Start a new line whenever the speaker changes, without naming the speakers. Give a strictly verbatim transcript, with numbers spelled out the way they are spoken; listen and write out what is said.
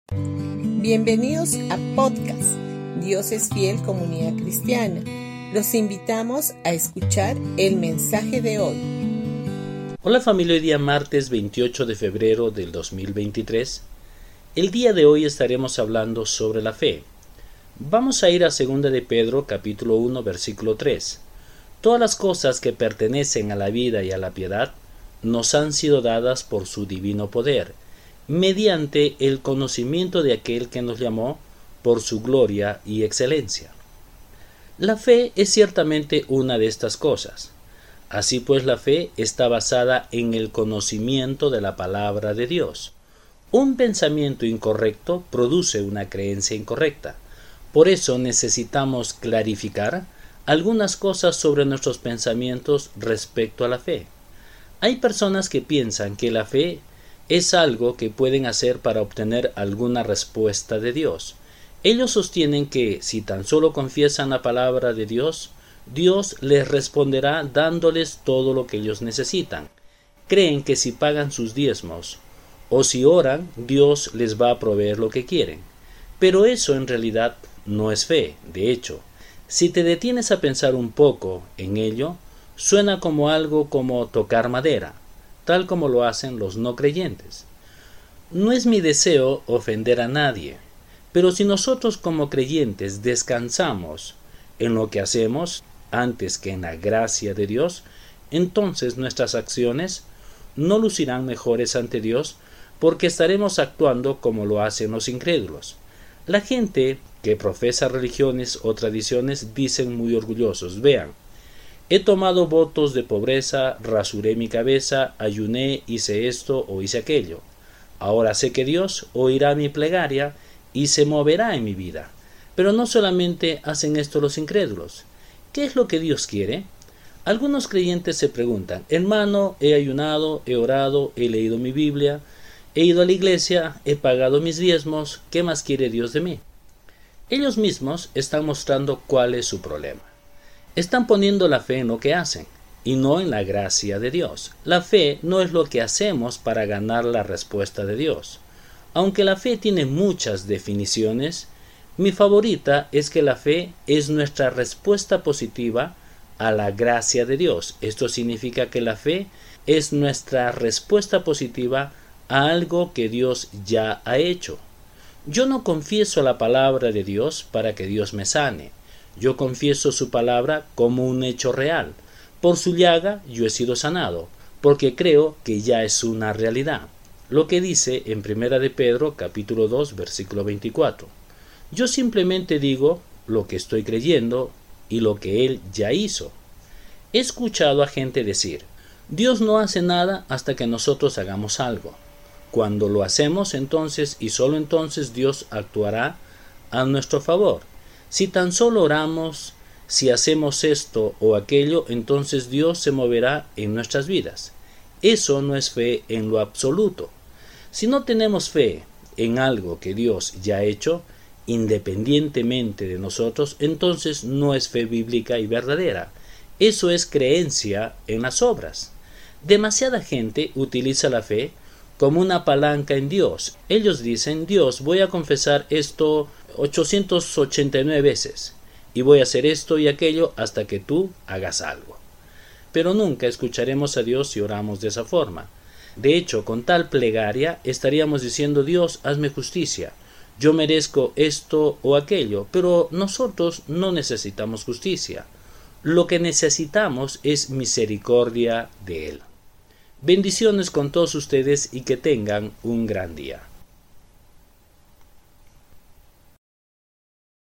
Bienvenidos a podcast Dios es Fiel Comunidad Cristiana. Los invitamos a escuchar el mensaje de hoy.
Hola familia, hoy día martes veintiocho de febrero del dos mil veintitrés. El día de hoy estaremos hablando sobre la fe. Vamos a ir a segunda de Pedro capítulo uno versículo tres. Todas las cosas que pertenecen a la vida y a la piedad nos han sido dadas por su divino poder, mediante el conocimiento de aquel que nos llamó por su gloria y excelencia. La fe es ciertamente una de estas cosas. Así pues, la fe está basada en el conocimiento de la palabra de Dios. Un pensamiento incorrecto produce una creencia incorrecta. Por eso necesitamos clarificar algunas cosas sobre nuestros pensamientos respecto a la fe. Hay personas que piensan que la fe es algo que pueden hacer para obtener alguna respuesta de Dios. Ellos sostienen que si tan solo confiesan la palabra de Dios, Dios les responderá dándoles todo lo que ellos necesitan. Creen que si pagan sus diezmos o si oran, Dios les va a proveer lo que quieren. Pero eso en realidad no es fe. De hecho, si te detienes a pensar un poco en ello, suena como algo como tocar madera, tal como lo hacen los no creyentes. No es mi deseo ofender a nadie, pero si nosotros como creyentes descansamos en lo que hacemos antes que en la gracia de Dios, entonces nuestras acciones no lucirán mejores ante Dios porque estaremos actuando como lo hacen los incrédulos. La gente que profesa religiones o tradiciones dicen muy orgullosos: vean, he tomado votos de pobreza, rasuré mi cabeza, ayuné, hice esto o hice aquello. Ahora sé que Dios oirá mi plegaria y se moverá en mi vida. Pero no solamente hacen esto los incrédulos. ¿Qué es lo que Dios quiere? Algunos creyentes se preguntan: hermano, he ayunado, he orado, he leído mi Biblia, he ido a la iglesia, he pagado mis diezmos, ¿qué más quiere Dios de mí? Ellos mismos están mostrando cuál es su problema. Están poniendo la fe en lo que hacen y no en la gracia de Dios. La fe no es lo que hacemos para ganar la respuesta de Dios. Aunque la fe tiene muchas definiciones, mi favorita es que la fe es nuestra respuesta positiva a la gracia de Dios. Esto significa que la fe es nuestra respuesta positiva a algo que Dios ya ha hecho. Yo no confieso la palabra de Dios para que Dios me sane. Yo confieso su palabra como un hecho real. Por su llaga yo he sido sanado, porque creo que ya es una realidad. Lo que dice en primera de Pedro capítulo dos versículo veinticuatro. Yo simplemente digo lo que estoy creyendo y lo que Él ya hizo. He escuchado a gente decir: Dios no hace nada hasta que nosotros hagamos algo. Cuando lo hacemos, entonces y solo entonces Dios actuará a nuestro favor. Si tan solo oramos, si hacemos esto o aquello, entonces Dios se moverá en nuestras vidas. Eso no es fe en lo absoluto. Si no tenemos fe en algo que Dios ya ha hecho, independientemente de nosotros, entonces no es fe bíblica y verdadera. Eso es creencia en las obras. Demasiada gente utiliza la fe como una palanca en Dios. Ellos dicen: Dios, voy a confesar esto ochocientas ochenta y nueve veces y voy a hacer esto y aquello hasta que tú hagas algo. Pero nunca escucharemos a Dios si oramos de esa forma. De hecho, con tal plegaria estaríamos diciendo: Dios, hazme justicia, yo merezco esto o aquello. Pero nosotros no necesitamos justicia. Lo que necesitamos es misericordia de Él. Bendiciones con todos ustedes y que tengan un gran día.